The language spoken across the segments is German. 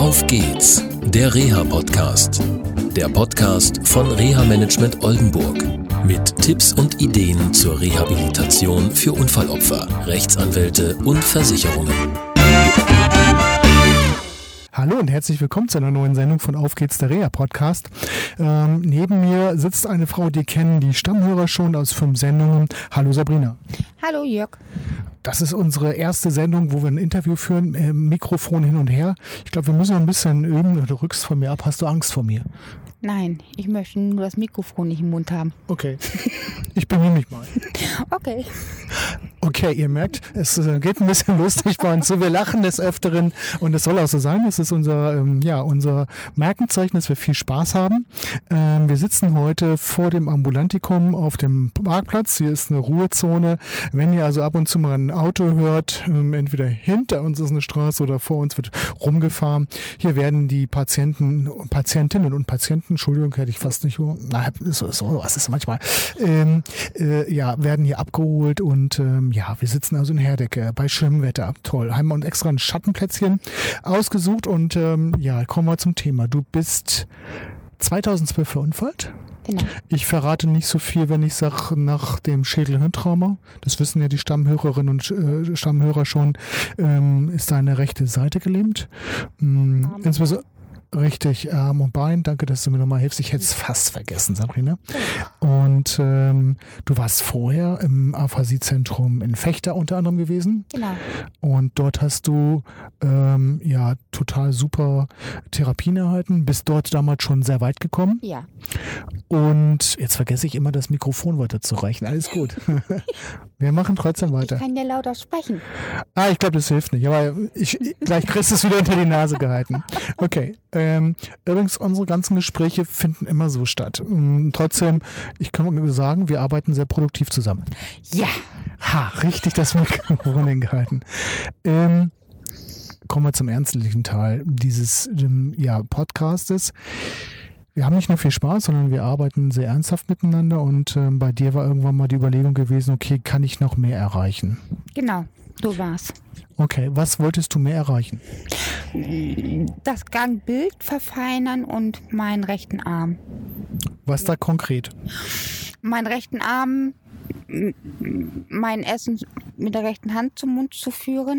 Auf geht's, der Reha-Podcast. Der Podcast von Reha-Management Oldenburg. Mit Tipps und Ideen zur Rehabilitation für Unfallopfer, Rechtsanwälte und Versicherungen. Hallo und herzlich willkommen zu einer neuen Sendung von Auf geht's, der Reha-Podcast. Neben mir sitzt eine Frau, die kennen die Stammhörer schon aus 5 Sendungen. Hallo Sabrina. Hallo Jörg. Das ist unsere erste Sendung, wo wir ein Interview führen, Mikrofon hin und her. Ich glaube, wir müssen noch ein bisschen üben. Du rückst von mir ab. Hast du Angst vor mir? Nein, ich möchte nur das Mikrofon nicht im Mund haben. Okay, ich bemühe mich mal. Okay. Okay, ihr merkt, es geht ein bisschen lustig bei uns. So, wir lachen des Öfteren und es soll auch so sein. Es ist unser Markenzeichen, dass wir viel Spaß haben. Wir sitzen heute vor dem Ambulantikum auf dem Parkplatz. Hier ist eine Ruhezone. Wenn ihr also ab und zu mal ein Auto hört, entweder hinter uns ist eine Straße oder vor uns wird rumgefahren. Hier werden die Patientinnen und Patienten, Entschuldigung, hätte ich fast nicht, was ist manchmal, werden hier abgeholt und wir sitzen also in Herdecke bei schönem Wetter. Toll. Haben wir uns extra ein Schattenplätzchen ausgesucht und kommen wir zum Thema. Du bist 2012 verunfallt. Genau. Ich verrate nicht so viel, wenn ich sage, nach dem Schädelhirntrauma, das wissen ja die Stammhörerinnen und Stammhörer schon, ist deine rechte Seite gelähmt. Insbesondere richtig, Arm und Bein. Danke, dass du mir nochmal hilfst. Ich hätte es fast vergessen, Sabrina. Und du warst vorher im Aphasie-Zentrum in Vechta unter anderem gewesen. Genau. Und dort hast du total super Therapien erhalten. Bist dort damals schon sehr weit gekommen. Ja. Und jetzt vergesse ich immer, das Mikrofon weiterzureichen. Alles gut. Wir machen trotzdem weiter. Ich kann ja lauter sprechen. Ich glaube, das hilft nicht. Aber gleich kriegst du es wieder unter die Nase gehalten. Okay. Übrigens, unsere ganzen Gespräche finden immer so statt. Trotzdem, ich kann nur sagen, wir arbeiten sehr produktiv zusammen. Ja. Richtig das Mikrofon hingehalten. Kommen wir zum ernstlichen Teil dieses Podcastes. Wir haben nicht nur viel Spaß, sondern wir arbeiten sehr ernsthaft miteinander und bei dir war irgendwann mal die Überlegung gewesen, okay, kann ich noch mehr erreichen? Genau, so war's. Okay, was wolltest du mehr erreichen? Das Gangbild verfeinern und meinen rechten Arm. Was da konkret? Meinen rechten Arm, mein Essen mit der rechten Hand zum Mund zu führen,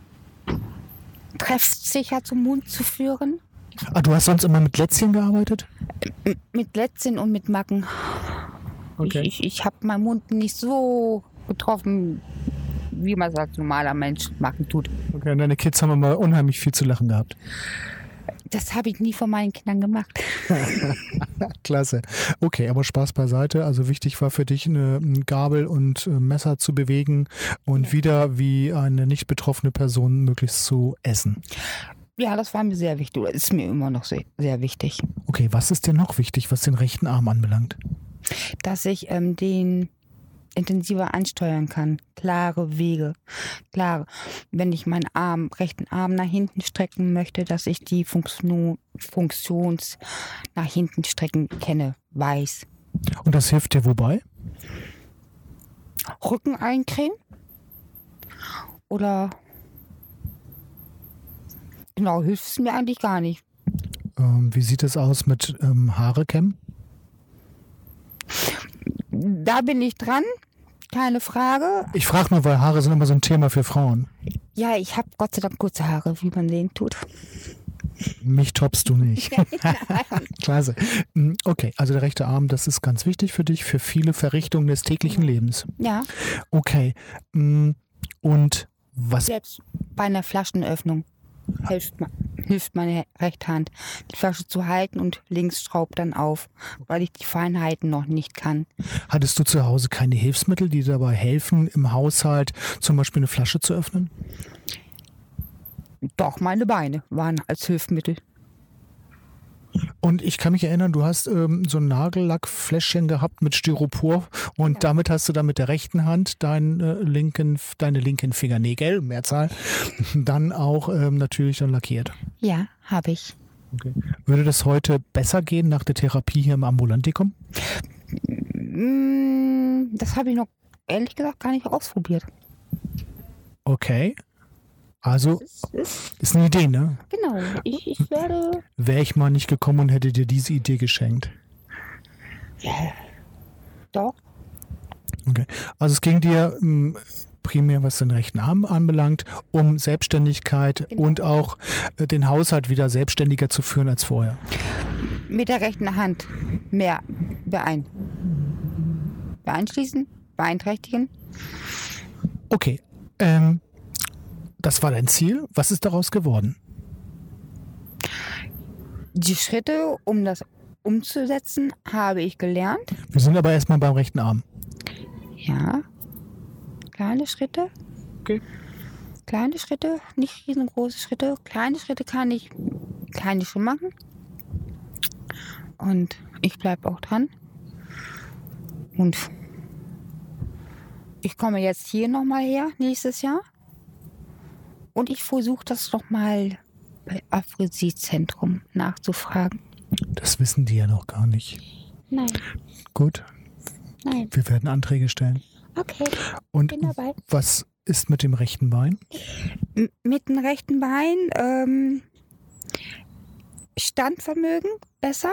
treffsicher zum Mund zu führen. Du hast sonst immer mit Lätzchen gearbeitet? Mit Lätzchen und mit Macken. Okay. Ich habe meinen Mund nicht so getroffen, wie man es als normaler Mensch machen tut. Okay, und deine Kids haben immer unheimlich viel zu lachen gehabt. Das habe ich nie von meinen Kindern gemacht. Klasse. Okay, aber Spaß beiseite. Also wichtig war für dich, eine Gabel und Messer zu bewegen und wieder wie eine nicht betroffene Person möglichst zu essen. Ja, das war mir sehr wichtig. Oder ist mir immer noch sehr, sehr wichtig. Okay, was ist dir noch wichtig, was den rechten Arm anbelangt? Dass ich den intensiver ansteuern kann. Klare Wege. Klare. Wenn ich meinen rechten Arm nach hinten strecken möchte, dass ich die Funktions nach hinten strecken kenne, weiß. Und das hilft dir wobei? Rücken eincremen. Oder genau, hilft es mir eigentlich gar nicht. Wie sieht es aus mit Haare kämmen? Da bin ich dran, keine Frage. Ich frage nur, weil Haare sind immer so ein Thema für Frauen. Ja, ich habe Gott sei Dank kurze Haare, wie man sehen tut. Mich toppst du nicht. Klasse. Okay, also der rechte Arm, das ist ganz wichtig für dich, für viele Verrichtungen des täglichen Lebens. Ja. Okay. Und was? Selbst bei einer Flaschenöffnung hilft meine rechte Hand, die Flasche zu halten und links schraubt dann auf, weil ich die Feinheiten noch nicht kann. Hattest du zu Hause keine Hilfsmittel, die dabei helfen, im Haushalt zum Beispiel eine Flasche zu öffnen? Doch, meine Beine waren als Hilfsmittel. Und ich kann mich erinnern, du hast so ein Nagellackfläschchen gehabt mit Styropor und damit hast du dann mit der rechten Hand deine linken Fingernägel, Mehrzahl, dann auch natürlich dann lackiert. Ja, habe ich. Okay. Würde das heute besser gehen nach der Therapie hier im Ambulantikum? Das habe ich noch ehrlich gesagt gar nicht ausprobiert. Okay. Also, ist eine Idee, ne? Genau, ich werde... Wäre ich mal nicht gekommen und hätte dir diese Idee geschenkt. Doch. Okay. Also es ging dir primär, was den rechten Arm anbelangt, um Selbstständigkeit und auch den Haushalt wieder selbstständiger zu führen als vorher. Mit der rechten Hand mehr beeinträchtigen. Okay. Das war dein Ziel. Was ist daraus geworden? Die Schritte, um das umzusetzen, habe ich gelernt. Wir sind aber erstmal beim rechten Arm. Ja. Kleine Schritte. Okay. Kleine Schritte, nicht riesengroße Schritte. Kleine Schritte kann ich schon machen. Und ich bleibe auch dran. Und ich komme jetzt hier nochmal her, nächstes Jahr. Und ich versuche das nochmal bei Aphresi-Zentrum nachzufragen. Das wissen die ja noch gar nicht. Nein. Gut. Nein. Wir werden Anträge stellen. Okay. Und bin dabei. was ist mit dem rechten Bein? Mit dem rechten Bein Standvermögen besser.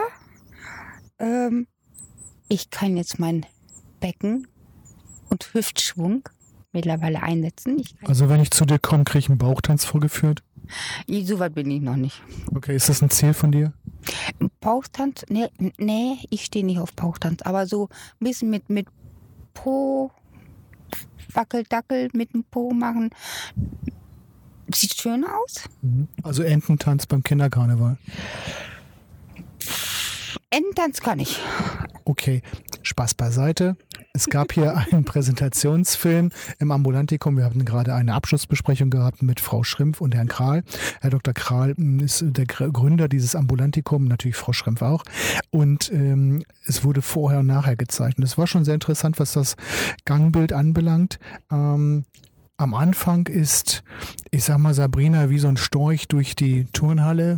Ich kann jetzt mein Becken und Hüftschwung mittlerweile einsetzen. Also wenn ich zu dir komme, kriege ich einen Bauchtanz vorgeführt? So weit bin ich noch nicht. Okay, ist das ein Ziel von dir? Bauchtanz? Nee, ich stehe nicht auf Bauchtanz. Aber so ein bisschen mit Po, Wackel-Dackel mit dem Po machen. Sieht schön aus. Also Ententanz beim Kinderkarneval. Ententanz kann ich. Okay, Spaß beiseite. Es gab hier einen Präsentationsfilm im Ambulantikum. Wir hatten gerade eine Abschlussbesprechung gehabt mit Frau Schrimpf und Herrn Kral. Herr Dr. Kral ist der Gründer dieses Ambulantikum, natürlich Frau Schrimpf auch. Und es wurde vorher und nachher gezeichnet. Es war schon sehr interessant, was das Gangbild anbelangt. Am Anfang ist, ich sag mal, Sabrina wie so ein Storch durch die Turnhalle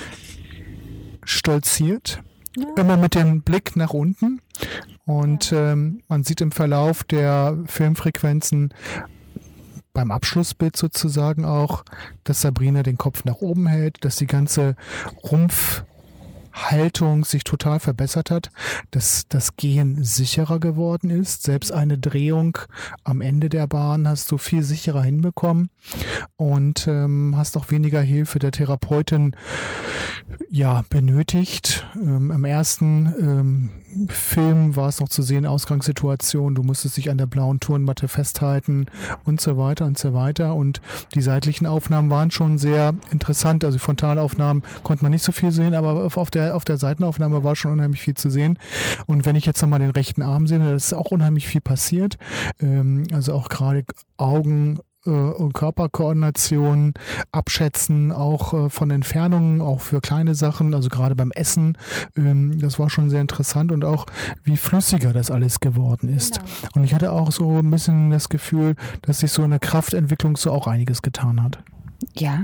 stolziert. Ja. Immer mit dem Blick nach unten. Und man sieht im Verlauf der Filmfrequenzen beim Abschlussbild sozusagen auch, dass Sabrina den Kopf nach oben hält, dass die ganze Rumpfhaltung sich total verbessert hat, dass das Gehen sicherer geworden ist. Selbst eine Drehung am Ende der Bahn hast du viel sicherer hinbekommen und hast auch weniger Hilfe der Therapeutin benötigt. Im ersten Film war es noch zu sehen, Ausgangssituation, du musstest dich an der blauen Turnmatte festhalten und so weiter und so weiter. Und die seitlichen Aufnahmen waren schon sehr interessant. Also die Frontalaufnahmen konnte man nicht so viel sehen, aber auf der Seitenaufnahme war schon unheimlich viel zu sehen. Und wenn ich jetzt nochmal den rechten Arm sehe, da ist auch unheimlich viel passiert. Also auch gerade Augen und Körperkoordination, Abschätzen auch von Entfernungen, auch für kleine Sachen, also gerade beim Essen, das war schon sehr interessant und auch wie flüssiger das alles geworden ist. Genau. Und ich hatte auch so ein bisschen das Gefühl, dass sich so in der Kraftentwicklung so auch einiges getan hat. Ja.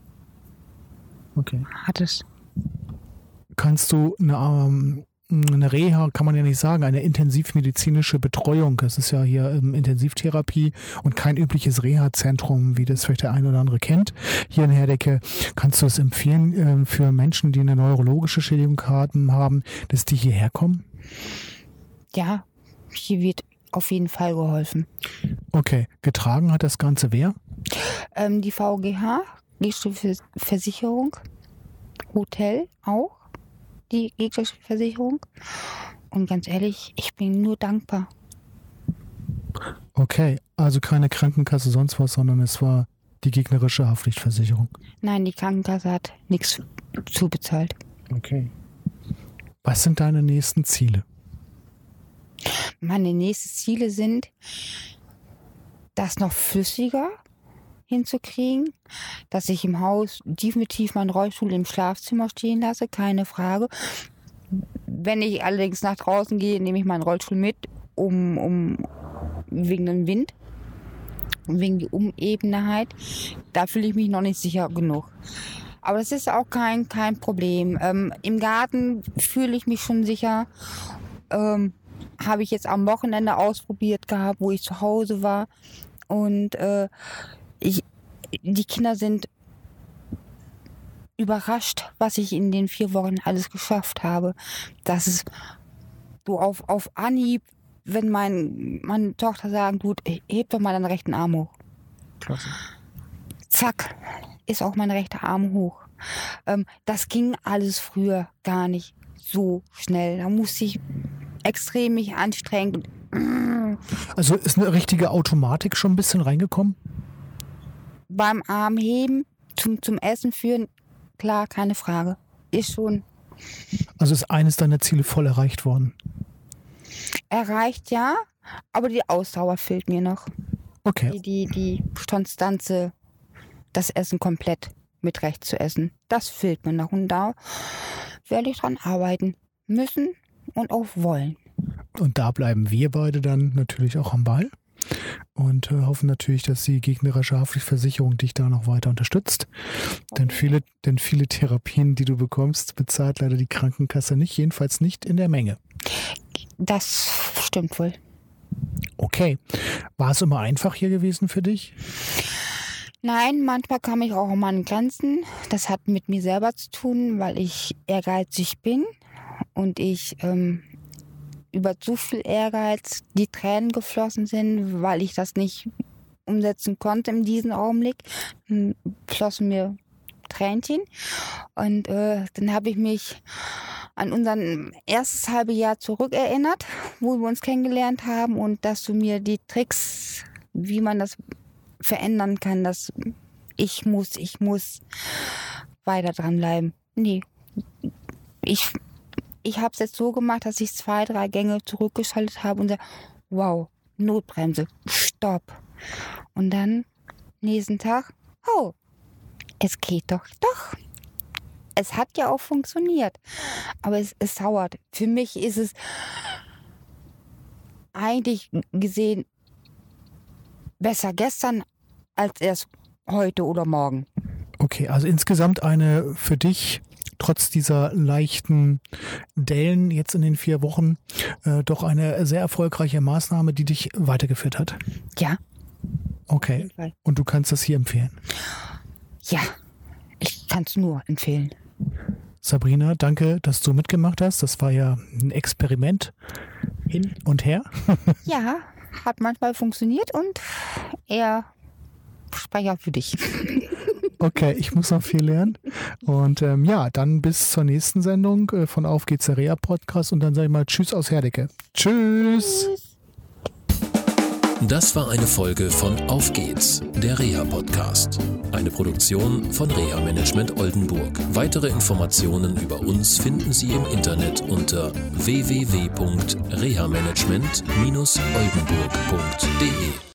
Okay. Hat es. Kannst du eine Reha, kann man ja nicht sagen, eine intensivmedizinische Betreuung. Das ist ja hier Intensivtherapie und kein übliches Reha-Zentrum, wie das vielleicht der eine oder andere kennt. Hier in Herdecke, kannst du es empfehlen für Menschen, die eine neurologische Schädigung haben, dass die hierher kommen? Ja, hier wird auf jeden Fall geholfen. Okay, getragen hat das Ganze wer? Die VGH, die Versicherung, Hotel auch. Die gegnerische Versicherung. Und ganz ehrlich, ich bin nur dankbar. Okay, also keine Krankenkasse, sonst was, sondern es war die gegnerische Haftpflichtversicherung. Nein, die Krankenkasse hat nichts zubezahlt. Okay. Was sind deine nächsten Ziele? Meine nächsten Ziele sind, das noch flüssiger hinzukriegen, dass ich im Haus definitiv meinen Rollstuhl im Schlafzimmer stehen lasse, keine Frage. Wenn ich allerdings nach draußen gehe, nehme ich meinen Rollstuhl mit, wegen dem Wind, wegen der Unebenheit. Da fühle ich mich noch nicht sicher genug. Aber das ist auch kein Problem. Im Garten fühle ich mich schon sicher. Habe ich jetzt am Wochenende ausprobiert gehabt, wo ich zu Hause war. Und die Kinder sind überrascht, was ich in den 4 Wochen alles geschafft habe. Das ist so auf Anhieb, wenn meine Tochter sagt, gut, heb doch mal deinen rechten Arm hoch. Klasse. Zack, ist auch mein rechter Arm hoch. Das ging alles früher gar nicht so schnell. Da musste ich extrem mich anstrengen. Also ist eine richtige Automatik schon ein bisschen reingekommen? Beim Armheben zum Essen führen, klar, keine Frage. Ist schon Also ist eines deiner Ziele voll erreicht worden? erreicht, ja, aber die Ausdauer fehlt mir noch. Okay. Die Konstanze, das Essen komplett mit Recht zu essen, das fehlt mir noch. Und da werde ich dran arbeiten müssen und auch wollen. Und da bleiben wir beide dann natürlich auch am Ball und hoffen natürlich, dass die gegnerische Haftpflichtversicherung dich da noch weiter unterstützt. Denn viele Therapien, die du bekommst, bezahlt leider die Krankenkasse nicht, jedenfalls nicht in der Menge. Das stimmt wohl. Okay. War es immer einfach hier gewesen für dich? Nein, manchmal kam ich auch an meine Grenzen. Das hat mit mir selber zu tun, weil ich ehrgeizig bin und ich über zu viel Ehrgeiz die Tränen geflossen sind, weil ich das nicht umsetzen konnte in diesem Augenblick. Dann flossen mir Tränchen und dann habe ich mich an unser erstes halbe Jahr zurückerinnert, wo wir uns kennengelernt haben und dass du mir die Tricks, wie man das verändern kann, dass ich muss weiter dranbleiben. Nee, ich habe es jetzt so gemacht, dass ich 2, 3 Gänge zurückgeschaltet habe und sage, wow, Notbremse, stopp. Und dann nächsten Tag, oh, es geht doch. Es hat ja auch funktioniert, aber es dauert. Für mich ist es eigentlich gesehen besser gestern als erst heute oder morgen. Okay, also insgesamt eine für dich trotz dieser leichten Dellen jetzt in den 4 Wochen doch eine sehr erfolgreiche Maßnahme, die dich weitergeführt hat. Ja. Okay. Und du kannst das hier empfehlen? Ja, ich kann es nur empfehlen. Sabrina, danke, dass du mitgemacht hast. Das war ja ein Experiment hin und her. Ja, hat manchmal funktioniert und eher Sprecher für dich. Okay, ich muss noch viel lernen. Und ja, dann bis zur nächsten Sendung von Auf geht's, der Reha-Podcast. Und dann sage ich mal Tschüss aus Herdecke. Tschüss. Das war eine Folge von Auf geht's, der Reha-Podcast. Eine Produktion von Reha Management Oldenburg. Weitere Informationen über uns finden Sie im Internet unter www.rehamanagement-oldenburg.de.